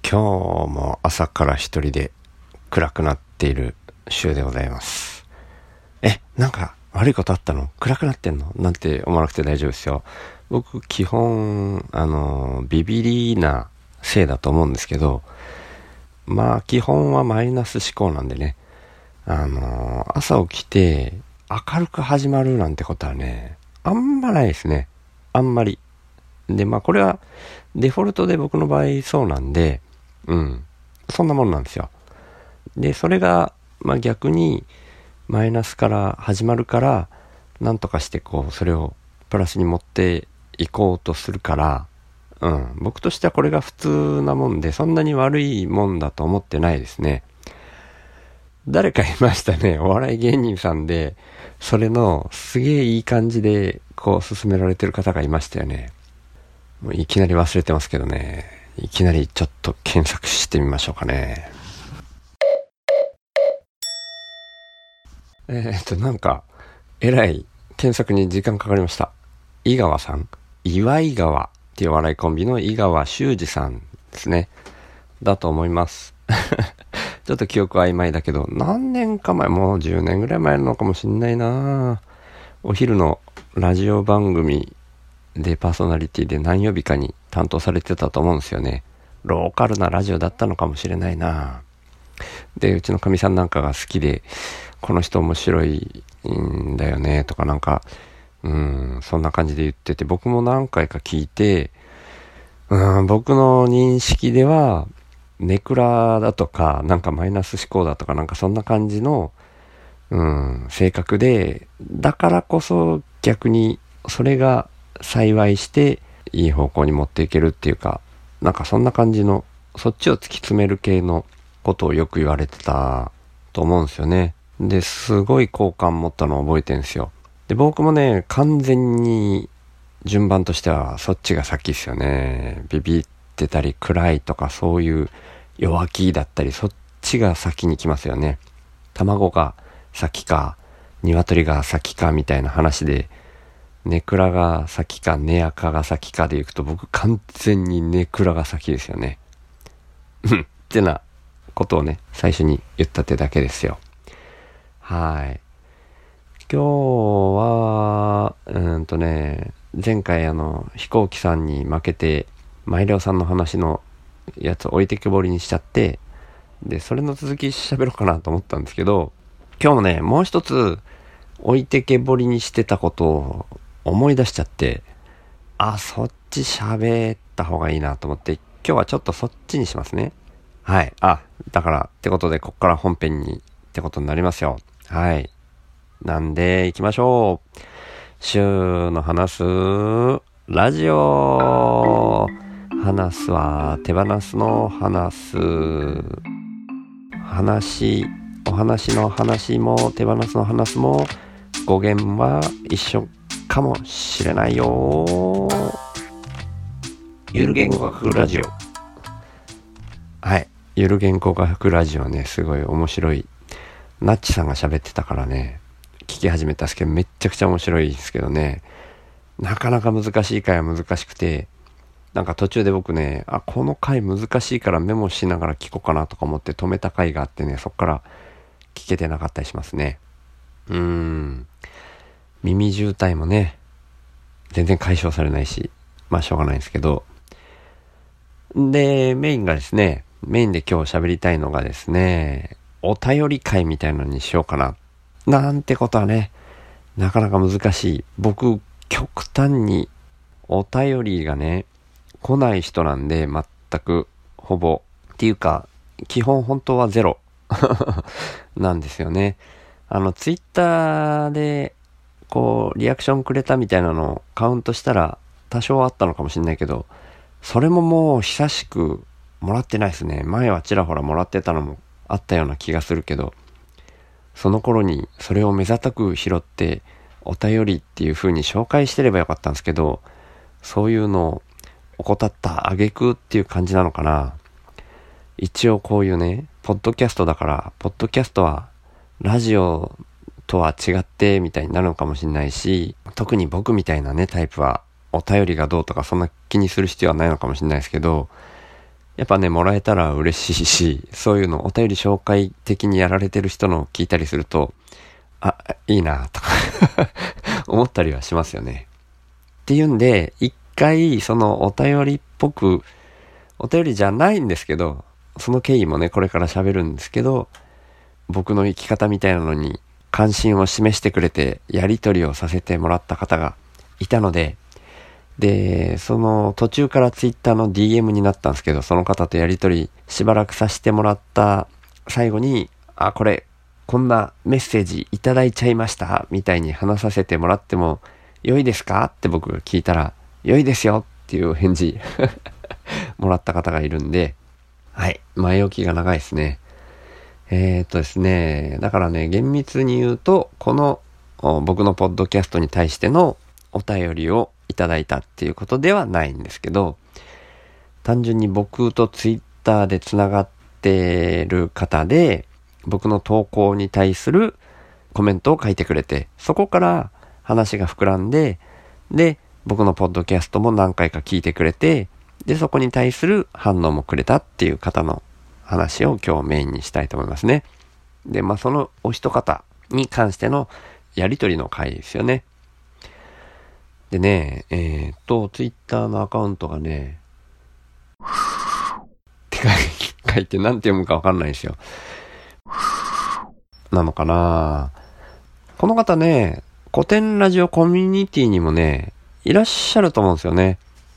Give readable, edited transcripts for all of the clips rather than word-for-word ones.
今日も朝から一人で暗くなっている週でございます。なんか悪いことあったの？暗くなってんの？なんて思わなくて大丈夫ですよ。僕基本ビビリなせいだと思うんですけど、まあ基本はマイナス思考なんでね、朝起きて明るく始まるなんてことはね、あんまないですね。あんまり。で、まあこれはデフォルトで僕の場合そうなんで、そんなもんなんですよ。で、それが、まあ逆にマイナスから始まるから、なんとかしてそれをプラスに持っていこうとするから、僕としてはこれが普通なもんで、そんなに悪いもんだと思ってないですね。誰かいましたね。お笑い芸人さんで、それのすげえいい感じで進められてる方がいましたよね。もういきなり忘れてますけどね。いきなりちょっと検索してみましょうかね。なんか、えらい検索に時間かかりました。井川さん、岩井川っていう笑いコンビの井川修司さんですね。だと思います。ちょっと記憶曖昧だけど、何年か前、もう10年ぐらい前なのかもしんないな。お昼のラジオ番組でパーソナリティで何曜日かに担当されてたと思うんですよね。ローカルなラジオだったのかもしれないな。で、うちのかみさんなんかが好きで、この人面白いんだよねとかなんか、そんな感じで言ってて、僕も何回か聞いて、僕の認識ではネクラだとかなんかマイナス思考だとかなんかそんな感じの性格で、だからこそ逆にそれが幸いしていい方向に持っていけるっていうか、なんかそんな感じの、そっちを突き詰める系のことをよく言われてたと思うんですよね。で、すごい好感持ったのを覚えてるんですよ。で、僕もね、完全に順番としてはそっちが先ですよね。ビビってたり暗いとかそういう弱気だったり、そっちが先に来ますよね。卵が先か鶏が先かみたいな話で、ネクラが先かネアカが先かでいくと、僕完全にネクラが先ですよね。ってなことをね、最初に言ったってだけですよ。はい。今日は前回飛行機さんに負けてマイレオさんの話のやつを置いてけぼりにしちゃって、でそれの続き喋ろうかなと思ったんですけど、今日もね、もう一つ置いてけぼりにしてたことを思い出しちゃって、そっち喋った方がいいなと思って、今日はちょっとそっちにしますね。はい。だからってことで、こっから本編にってことになりますよ。はい。なんで行きましょう。週の話すラジオ。話すは手放すの話す。お話の話も手放すの話すも語源は一緒かもしれないよ。ゆる言語学ラジオ。はい。ゆる言語学ラジオね、すごい面白い。ナッチさんが喋ってたからね、聞き始めたんですけど、めっちゃくちゃ面白いですけどね、なかなか難しい回は難しくて、なんか途中で僕ね、この回難しいからメモしながら聞こうかなとか思って止めた回があってね、そっから聞けてなかったりしますね。耳渋滞もね、全然解消されないし、まあしょうがないんですけど。で、メインで今日喋りたいのがですね、お便り会みたいなのにしようかな。なんてことはね、なかなか難しい。僕、極端にお便りがね、来ない人なんで、全く、ほぼ。っていうか、基本本当はゼロなんですよね。ツイッターで、リアクションくれたみたいなのをカウントしたら、多少あったのかもしれないけど、それももう久しくもらってないですね。前はちらほらもらってたのもあったような気がするけど、その頃にそれを目ざたく拾ってお便りっていう風に紹介してればよかったんですけど、そういうのを怠った挙句っていう感じなのかな。一応こういうね、ポッドキャストだから、ポッドキャストはラジオとは違ってみたいになるのかもしれないし、特に僕みたいなねタイプはお便りがどうとかそんな気にする必要はないのかもしれないですけど、 やっぱね、もらえたら嬉しいし、そういうのお便り紹介的にやられてる人の聞いたりすると、あ、いいなとか思ったりはしますよね。っていうんで、一回そのお便りっぽく、お便りじゃないんですけど、その経緯もね、これから喋るんですけど、僕の生き方みたいなのに関心を示してくれて、やり取りをさせてもらった方がいたので、で、その途中からツイッターの DM になったんですけど、その方とやり取りしばらくさせてもらった最後に、あ、こんなメッセージいただいちゃいましたみたいに話させてもらっても良いですかって僕聞いたら、良いですよっていう返事もらった方がいるんで、はい、前置きが長いですね。ですね、だからね、厳密に言うと、この僕のポッドキャストに対してのお便りをいただいたっていうことではないんですけど、単純に僕とツイッターでつながってる方で、僕の投稿に対するコメントを書いてくれて、そこから話が膨らんで、で、僕のポッドキャストも何回か聞いてくれて、で、そこに対する反応もくれたっていう方の話を今日メインにしたいと思いますね。で、そのお一方に関してのやりとりの回ですよね。でね、ツイッターのアカウントがね、って書いてなんて読むかわかんないんですよ。なのかな。この方ね、古典ラジオコミュニティにもね、いらっしゃると思うんですよね。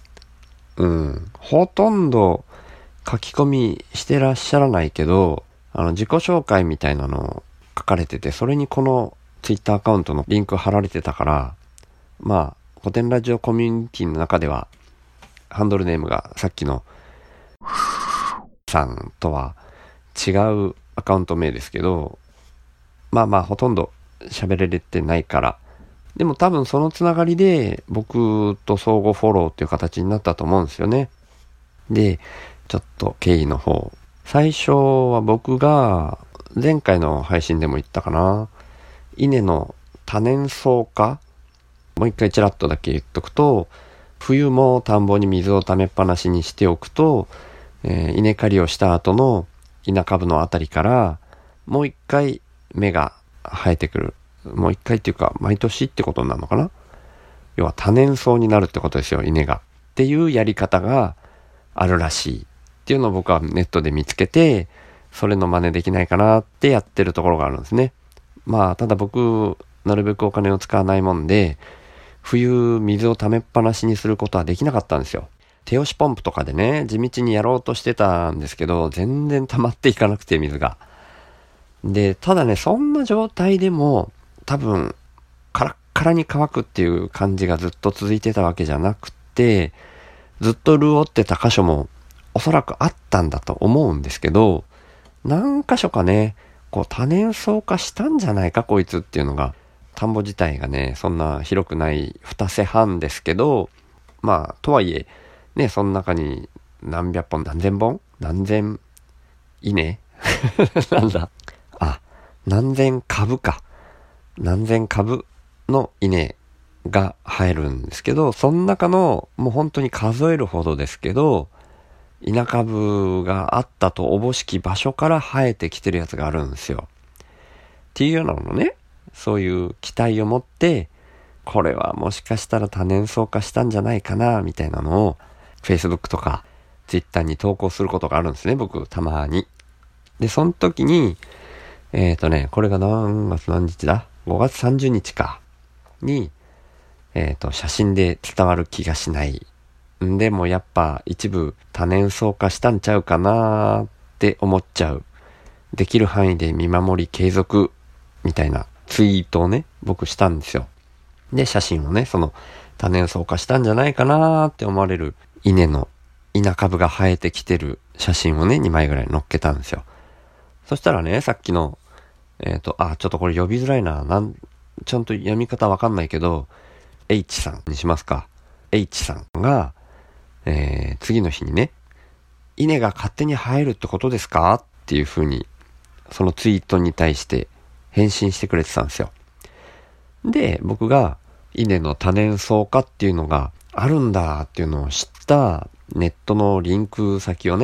ほとんど書き込みしてらっしゃらないけど、自己紹介みたいなのを書かれてて、それにこのツイッターアカウントのリンク貼られてたから、古典ラジオコミュニティの中では、ハンドルネームがさっきのさんとは違うアカウント名ですけど、ほとんど喋れてないから、でも多分そのつながりで僕と相互フォローっていう形になったと思うんですよね。で、ちょっと経緯の方。最初は僕が前回の配信でも言ったかな。稲の多年草化、もう一回ちらっとだけ言っとくと、冬も田んぼに水を溜めっぱなしにしておくと、稲刈りをした後の稲株のあたりからもう一回芽が生えてくる。もう一回っていうか毎年ってことになるのかな。要は多年草になるってことですよ、稲が。っていうやり方があるらしいっていうのを僕はネットで見つけて、それの真似できないかなってやってるところがあるんですね。ただ僕、なるべくお金を使わないもんで、冬水を溜めっぱなしにすることはできなかったんですよ。手押しポンプとかでね、地道にやろうとしてたんですけど、全然溜まっていかなくて水が。で、ただね、そんな状態でも、多分、カラッカラに乾くっていう感じがずっと続いてたわけじゃなくて、ずっと潤ってた箇所もおそらくあったんだと思うんですけど、何箇所かね、多年草化したんじゃないかこいつっていうのが、田んぼ自体がね、そんな広くない二瀬半ですけど、とはいえ、ね、その中に何百本、何千本何千稲なんだ何千株か。何千株の稲が生えるんですけど、その中のもう本当に数えるほどですけど、稲株があったとおぼしき場所から生えてきてるやつがあるんですよ。っていうようなのね、そういう期待を持って、これはもしかしたら多年草化したんじゃないかな、みたいなのを Facebook とか Twitter に投稿することがあるんですね、僕、たまに。で、その時に、これが何月何日だ ?5 月30日か。に、写真で伝わる気がしない。んでもやっぱ一部多年草化したんちゃうかなって思っちゃう。できる範囲で見守り継続みたいなツイートをね、僕したんですよ。で、写真をね、その多年草化したんじゃないかなって思われる稲株が生えてきてる写真をね、2枚ぐらい載っけたんですよ。そしたらね、さっきのちょっとこれ呼びづらいな。ちゃんと読み方わかんないけど、H さんにしますか。H さんが、次の日にね、稲が勝手に生えるってことですかっていう風に、そのツイートに対して返信してくれてたんですよ。で、僕が稲の多年草化っていうのがあるんだっていうのを知ったネットのリンク先をね、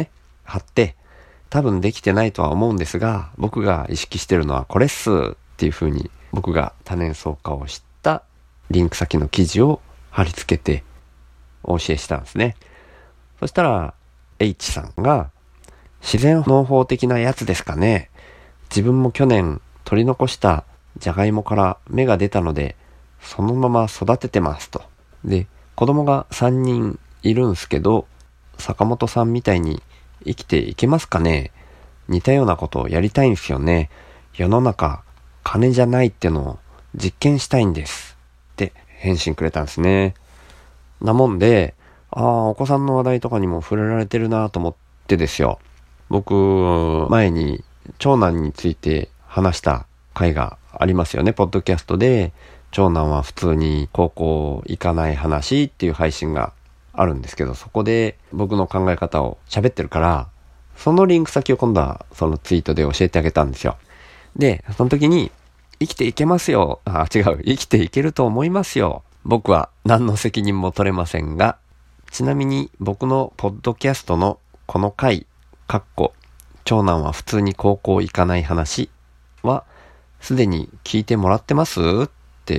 貼って、多分できてないとは思うんですが、僕が意識してるのはこれっすっていう風に、僕が多年草化を知ったリンク先の記事を貼り付けてお教えしたんですね。そしたら H さんが、自然農法的なやつですかね。自分も去年取り残したじゃがいもから芽が出たので、そのまま育ててますと。で、子供が3人いるんすけど、坂本さんみたいに生きていけますかね。似たようなことをやりたいんですよね。世の中金じゃないってのを実験したいんですって返信くれたんですね。なもんで、お子さんの話題とかにも触れられてるなと思ってですよ。僕、前に長男について話した回がありますよね。ポッドキャストで、長男は普通に高校行かない話っていう配信があるんですけど、そこで僕の考え方を喋ってるから、そのリンク先を今度はそのツイートで教えてあげたんですよ。で、その時に、生きていけますよ。生きていけると思いますよ。僕は何の責任も取れませんが、ちなみに僕のポッドキャストのこの回、長男は普通に高校行かない話は、すでに聞いてもらってますって、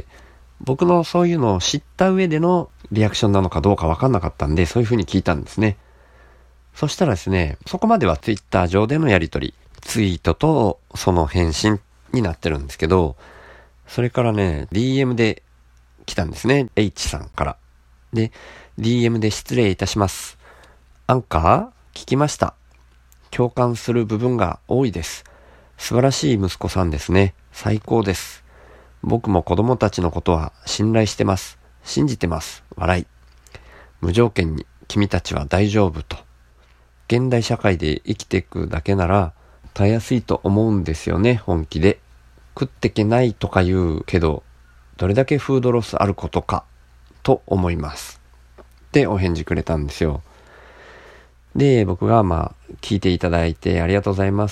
僕のそういうのを知った上でのリアクションなのかどうかわかんなかったんで、そういう風に聞いたんですね。そしたらですね、そこまではツイッター上でのやりとり、ツイートとその返信になってるんですけど、それからね、DM で来たんですね。H さんから。で、DM で失礼いたします。アンカー聞きました。共感する部分が多いです。素晴らしい息子さんですね。最高です。僕も子供たちのことは信頼してます。信じてます。笑い。無条件に君たちは大丈夫と。現代社会で生きていくだけならたやすいと思うんですよね、本気で。食ってけないとか言うけど、どれだけフードロスあることかと思います。ってお返事くれたんですよ。で、僕が聞いていただいてありがとうございます。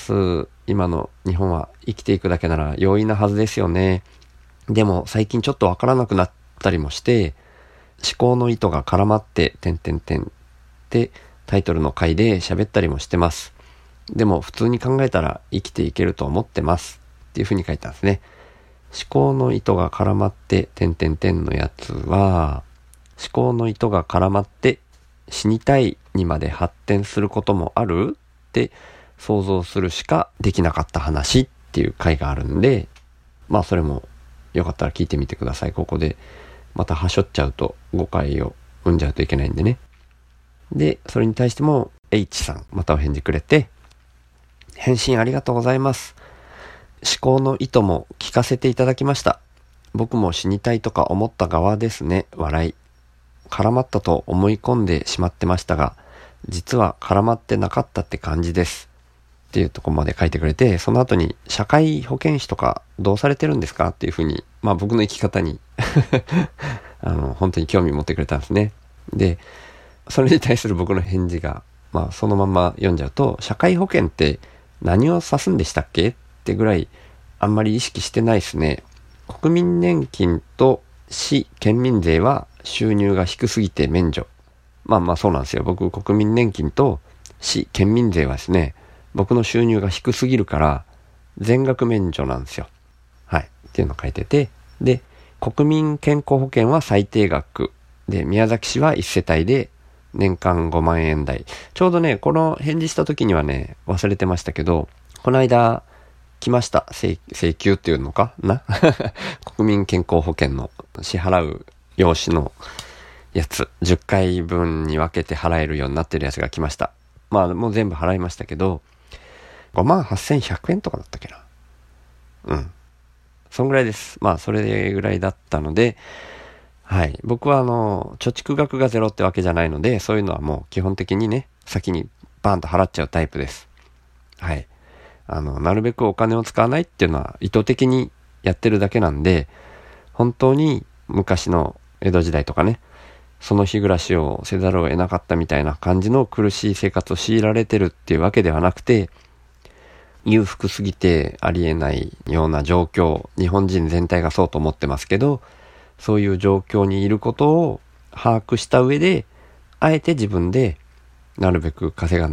今の日本は生きていくだけなら容易なはずですよね。でも最近ちょっとわからなくなったりもして、思考の糸が絡まって、ってタイトルの回で喋ったりもしてます。でも普通に考えたら生きていけると思ってます。っていう風に書いたんですね。思考の糸が絡まって、のやつは、思考の糸が絡まって死にたいにまで発展することもあるって想像するしかできなかった話っていう回があるんで、それもよかったら聞いてみてください。ここでまたはしょっちゃうと誤解を生んじゃうといけないんでね。で、それに対しても H さんまたお返事くれて、返信ありがとうございます。思考の意図も聞かせていただきました。僕も死にたいとか思った側ですね。笑い。絡まったと思い込んでしまってましたが、実は絡まってなかったって感じです。っていうところまで書いてくれて、その後に社会保険費とかどうされてるんですかっていうふうに、僕の生き方に本当に興味持ってくれたんですね。で、それに対する僕の返事が、そのまま読んじゃうと、社会保険って何を指すんでしたっけってぐらいあんまり意識してないですね。国民年金と市県民税は収入が低すぎて免除。そうなんですよ。僕国民年金と市県民税はですね、僕の収入が低すぎるから全額免除なんですよ。はい。っていうのを書いてて、で、国民健康保険は最低額で、宮崎市は1世帯で年間5万円台。ちょうどね、この返事した時にはね、忘れてましたけど、この間来ました。請求っていうのかな国民健康保険の支払う用紙のやつ、10回分に分けて払えるようになってるやつが来ました。もう全部払いましたけど、58,100円とかだったっけな。うん。そんぐらいです。それぐらいだったので、はい。僕は貯蓄額がゼロってわけじゃないので、そういうのはもう基本的にね、先にバーンと払っちゃうタイプです。はい。なるべくお金を使わないっていうのは意図的にやってるだけなんで、本当に昔の江戸時代とかね、その日暮らしをせざるを得なかったみたいな感じの苦しい生活を強いられてるっていうわけではなくて、裕福すぎてありえないような状況、日本人全体がそうと思ってますけど、そういう状況にいることを把握した上で、あえて自分でなるべく稼がない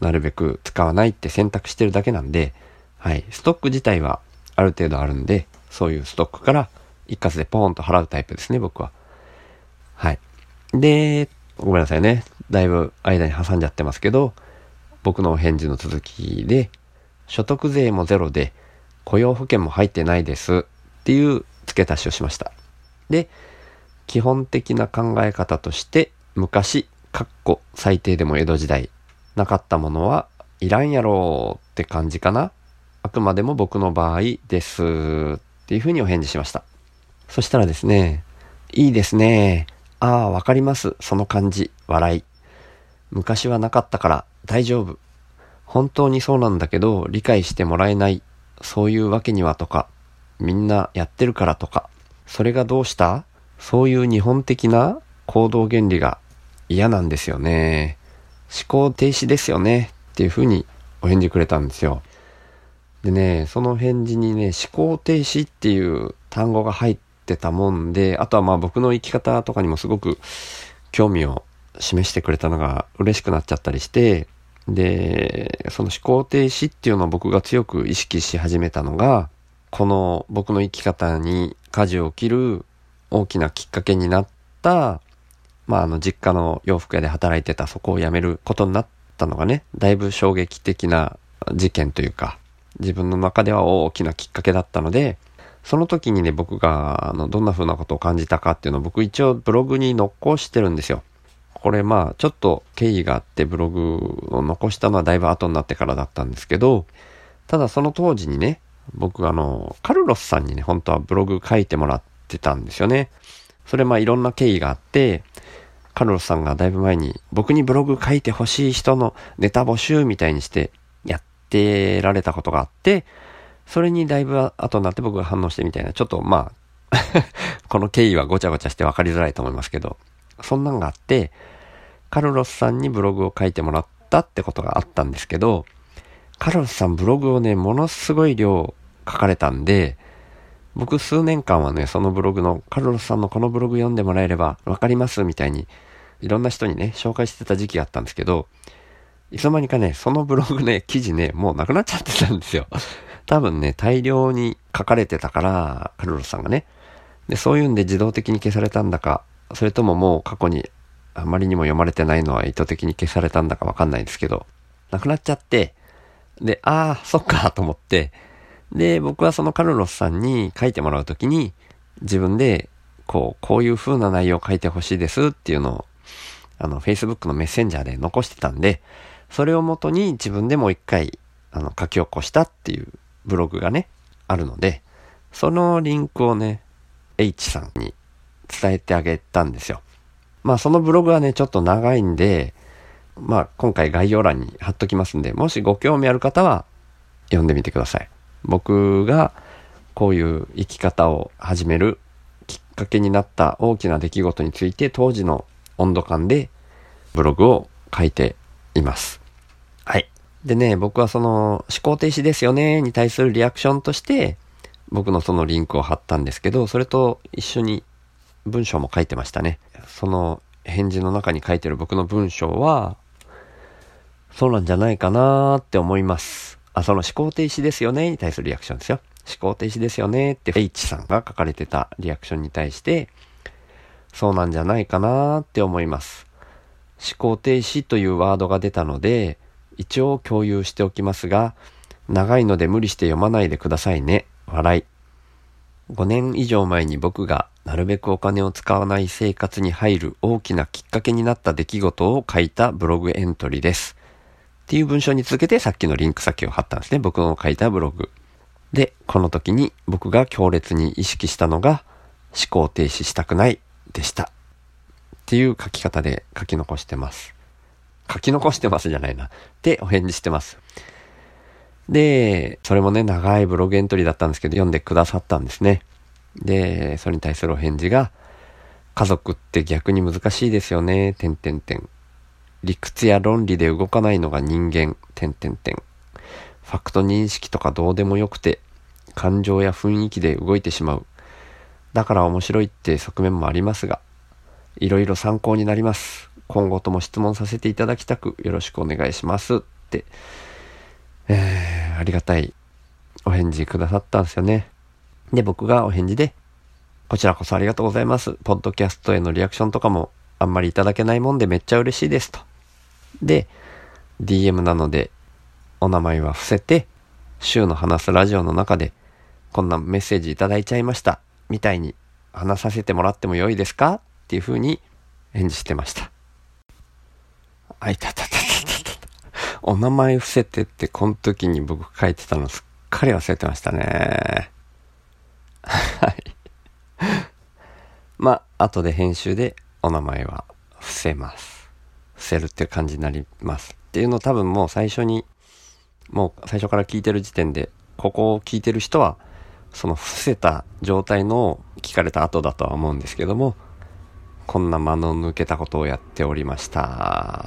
なるべく使わないって選択してるだけなんで、はい、ストック自体はある程度あるんで、そういうストックから一括でポーンと払うタイプですね、僕は。はい。で、ごめんなさいね。だいぶ間に挟んじゃってますけど、僕のお返事の続きで、所得税もゼロで雇用保険も入ってないですっていう付け足しをしました。で、基本的な考え方として、昔、最低でも江戸時代、なかったものはいらんやろうって感じかな。あくまでも僕の場合ですっていうふうにお返事しました。そしたらですね、いいですね。ああ、わかります。その感じ。笑い。昔はなかったから大丈夫。本当にそうなんだけど理解してもらえない。そういうわけにはとか、みんなやってるからとか、それがどうした？そういう日本的な行動原理が嫌なんですよね。思考停止ですよね。っていうふうにお返事くれたんですよ。でね、その返事にね、思考停止っていう単語が入ってたもんで、あとはまあ僕の生き方とかにもすごく興味を示してくれたのが嬉しくなっちゃったりして、で、その思考停止っていうのを僕が強く意識し始めたのが、この僕の生き方に舵を切る大きなきっかけになった、実家の洋服屋で働いてたそこを辞めることになったのがね、だいぶ衝撃的な事件というか、自分の中では大きなきっかけだったので、その時にね、僕がどんな風なことを感じたかっていうのを僕一応ブログに残してるんですよ。これちょっと経緯があってブログを残したのはだいぶ後になってからだったんですけど、ただその当時にね、僕カルロスさんにね、本当はブログ書いてもらってたんですよね。それいろんな経緯があって、カルロスさんがだいぶ前に僕にブログ書いてほしい人のネタ募集みたいにしてやってられたことがあって、それにだいぶ後になって僕が反応してみたいな、ちょっとこの経緯はごちゃごちゃして分かりづらいと思いますけど、そんなんがあって、カルロスさんにブログを書いてもらったってことがあったんですけど、カルロスさんブログをね、ものすごい量書かれたんで、僕数年間はね、そのブログの、カルロスさんのこのブログ読んでもらえればわかりますみたいに、いろんな人にね、紹介してた時期があったんですけど、いつの間にかね、そのブログね、記事ね、もうなくなっちゃってたんですよ。多分ね、大量に書かれてたから、カルロスさんがね。で、そういうんで自動的に消されたんだか、それとももう過去にあまりにも読まれてないのは意図的に消されたんだかわかんないですけど、なくなっちゃって、で、そっかと思って、で、僕はそのカルロスさんに書いてもらうときに、自分で、こういう風な内容を書いてほしいですっていうのを、Facebook のメッセンジャーで残してたんで、それをもとに自分でもう一回、書き起こしたっていうブログがね、あるので、そのリンクをね、H さんに伝えてあげたんですよ。そのブログはね、ちょっと長いんで、今回概要欄に貼っときますんで、もしご興味ある方は読んでみてください。僕がこういう生き方を始めるきっかけになった大きな出来事について当時の温度感でブログを書いています。はい。でね、僕はその思考停止ですよねに対するリアクションとして僕のそのリンクを貼ったんですけど、それと一緒に文章も書いてましたね。その返事の中に書いてる僕の文章は、そうなんじゃないかなーって思います。その思考停止ですよねに対するリアクションですよ。思考停止ですよねって H さんが書かれてたリアクションに対して、そうなんじゃないかなーって思います。思考停止というワードが出たので、一応共有しておきますが、長いので無理して読まないでくださいね。笑い。5年以上前に僕がなるべくお金を使わない生活に入る大きなきっかけになった出来事を書いたブログエントリーです。っていう文章に続けてさっきのリンク先を貼ったんですね。僕の書いたブログ。で、この時に僕が強烈に意識したのが思考停止したくないでした。っていう書き方で書き残してます。書き残してますじゃないな。ってお返事してます。で、それもね、長いブログエントリーだったんですけど、読んでくださったんですね。で、それに対するお返事が、家族って逆に難しいですよね、理屈や論理で動かないのが人間、ファクト認識とかどうでもよくて、感情や雰囲気で動いてしまう。だから面白いって側面もありますが、いろいろ参考になります。今後とも質問させていただきたくよろしくお願いします。っ 、ありがたいお返事くださったんですよね。で、僕がお返事で、こちらこそありがとうございます。ポッドキャストへのリアクションとかもあんまりいただけないもんでめっちゃ嬉しいですと。で、DM なのでお名前は伏せて、週の話すラジオの中でこんなメッセージいただいちゃいましたみたいに話させてもらっても良いですかっていう風に返事してました。あいたたたたたた。お名前伏せてってこの時に僕書いてたのすっかり忘れてましたね。はい。まあ、後で編集でお名前は伏せます。伏せるっていう感じになります。っていうのを多分もう最初から聞いてる時点で、ここを聞いてる人は、その伏せた状態のを聞かれた後だとは思うんですけども、こんな間の抜けたことをやっておりました。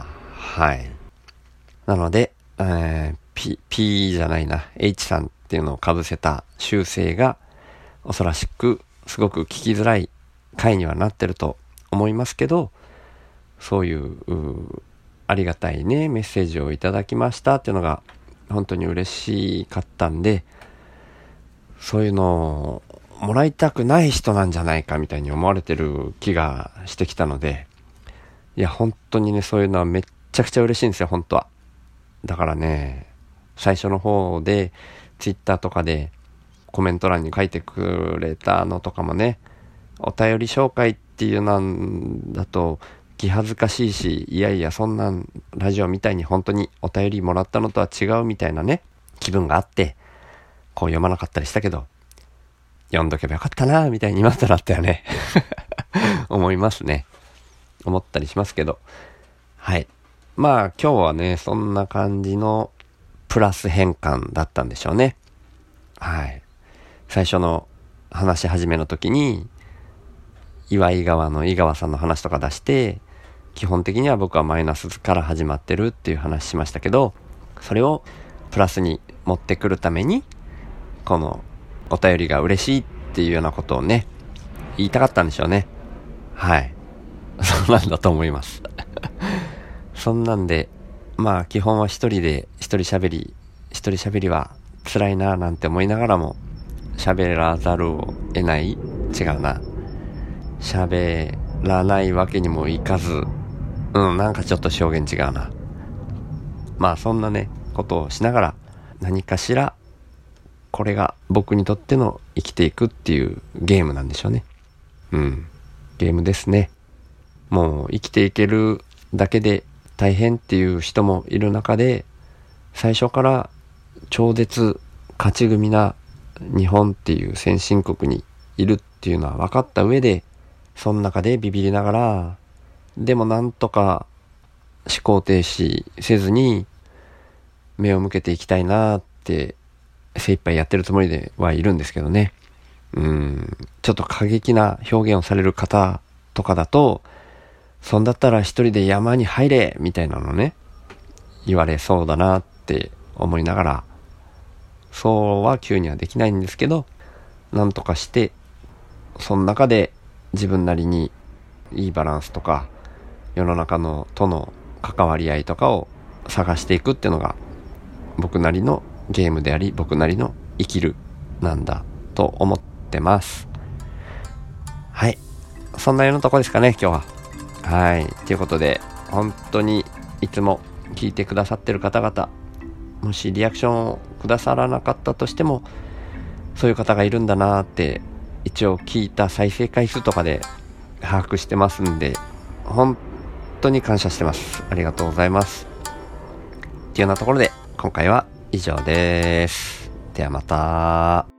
はい。なので、P じゃないな、H さんっていうのを被せた修正が、おそらしくすごく聞きづらい回にはなってると思いますけど、そういうありがたいねメッセージをいただきましたっていうのが本当に嬉しかったんで、そういうのをもらいたくない人なんじゃないかみたいに思われてる気がしてきたので、いや本当にね、そういうのはめっちゃくちゃ嬉しいんですよ、本当は。だからね、最初の方でツイッターとかでコメント欄に書いてくれたのとかもね、お便り紹介っていうなんだと気恥ずかしいし、いやいやそんなんラジオみたいに本当にお便りもらったのとは違うみたいなね気分があって、こう読まなかったりしたけど、読んどけばよかったなみたいに今となってはね思いますね。思ったりしますけど、はい。まあ今日はね、そんな感じのプラス変換だったんでしょうね。はい。最初の話し始めの時に岩井川の井川さんの話とか出して、基本的には僕はマイナスから始まってるっていう話しましたけど、それをプラスに持ってくるためにこのお便りが嬉しいっていうようなことをね言いたかったんでしょうね。はい、そうなんだと思いますそんなんで、まあ基本は一人喋りは辛いななんて思いながらも喋らざるを得ない、違うな、喋らないわけにもいかず、なんかちょっと表現違うな。まあそんなねことをしながら、何かしらこれが僕にとっての生きていくっていうゲームなんでしょうね。ゲームですね。もう生きていけるだけで大変っていう人もいる中で、最初から超絶勝ち組な日本っていう先進国にいるっていうのは分かった上で、その中でビビりながら、でもなんとか思考停止せずに目を向けていきたいなって精一杯やってるつもりではいるんですけどね。ちょっと過激な表現をされる方とかだと、そんだったら一人で山に入れみたいなのね言われそうだなって思いながら、そうは急にはできないんですけど、なんとかしてその中で自分なりにいいバランスとか世の中のとの関わり合いとかを探していくっていうのが僕なりのゲームであり、僕なりの生きるなんだと思ってます。はい、そんなようなとこですかね今日は。はい、ということで、本当にいつも聞いてくださってる方々、もしリアクションをくださらなかったとしても、そういう方がいるんだなって一応聞いた再生回数とかで把握してますんで、本当に感謝してます。ありがとうございます。っていうようなところで今回は以上です。ではまた。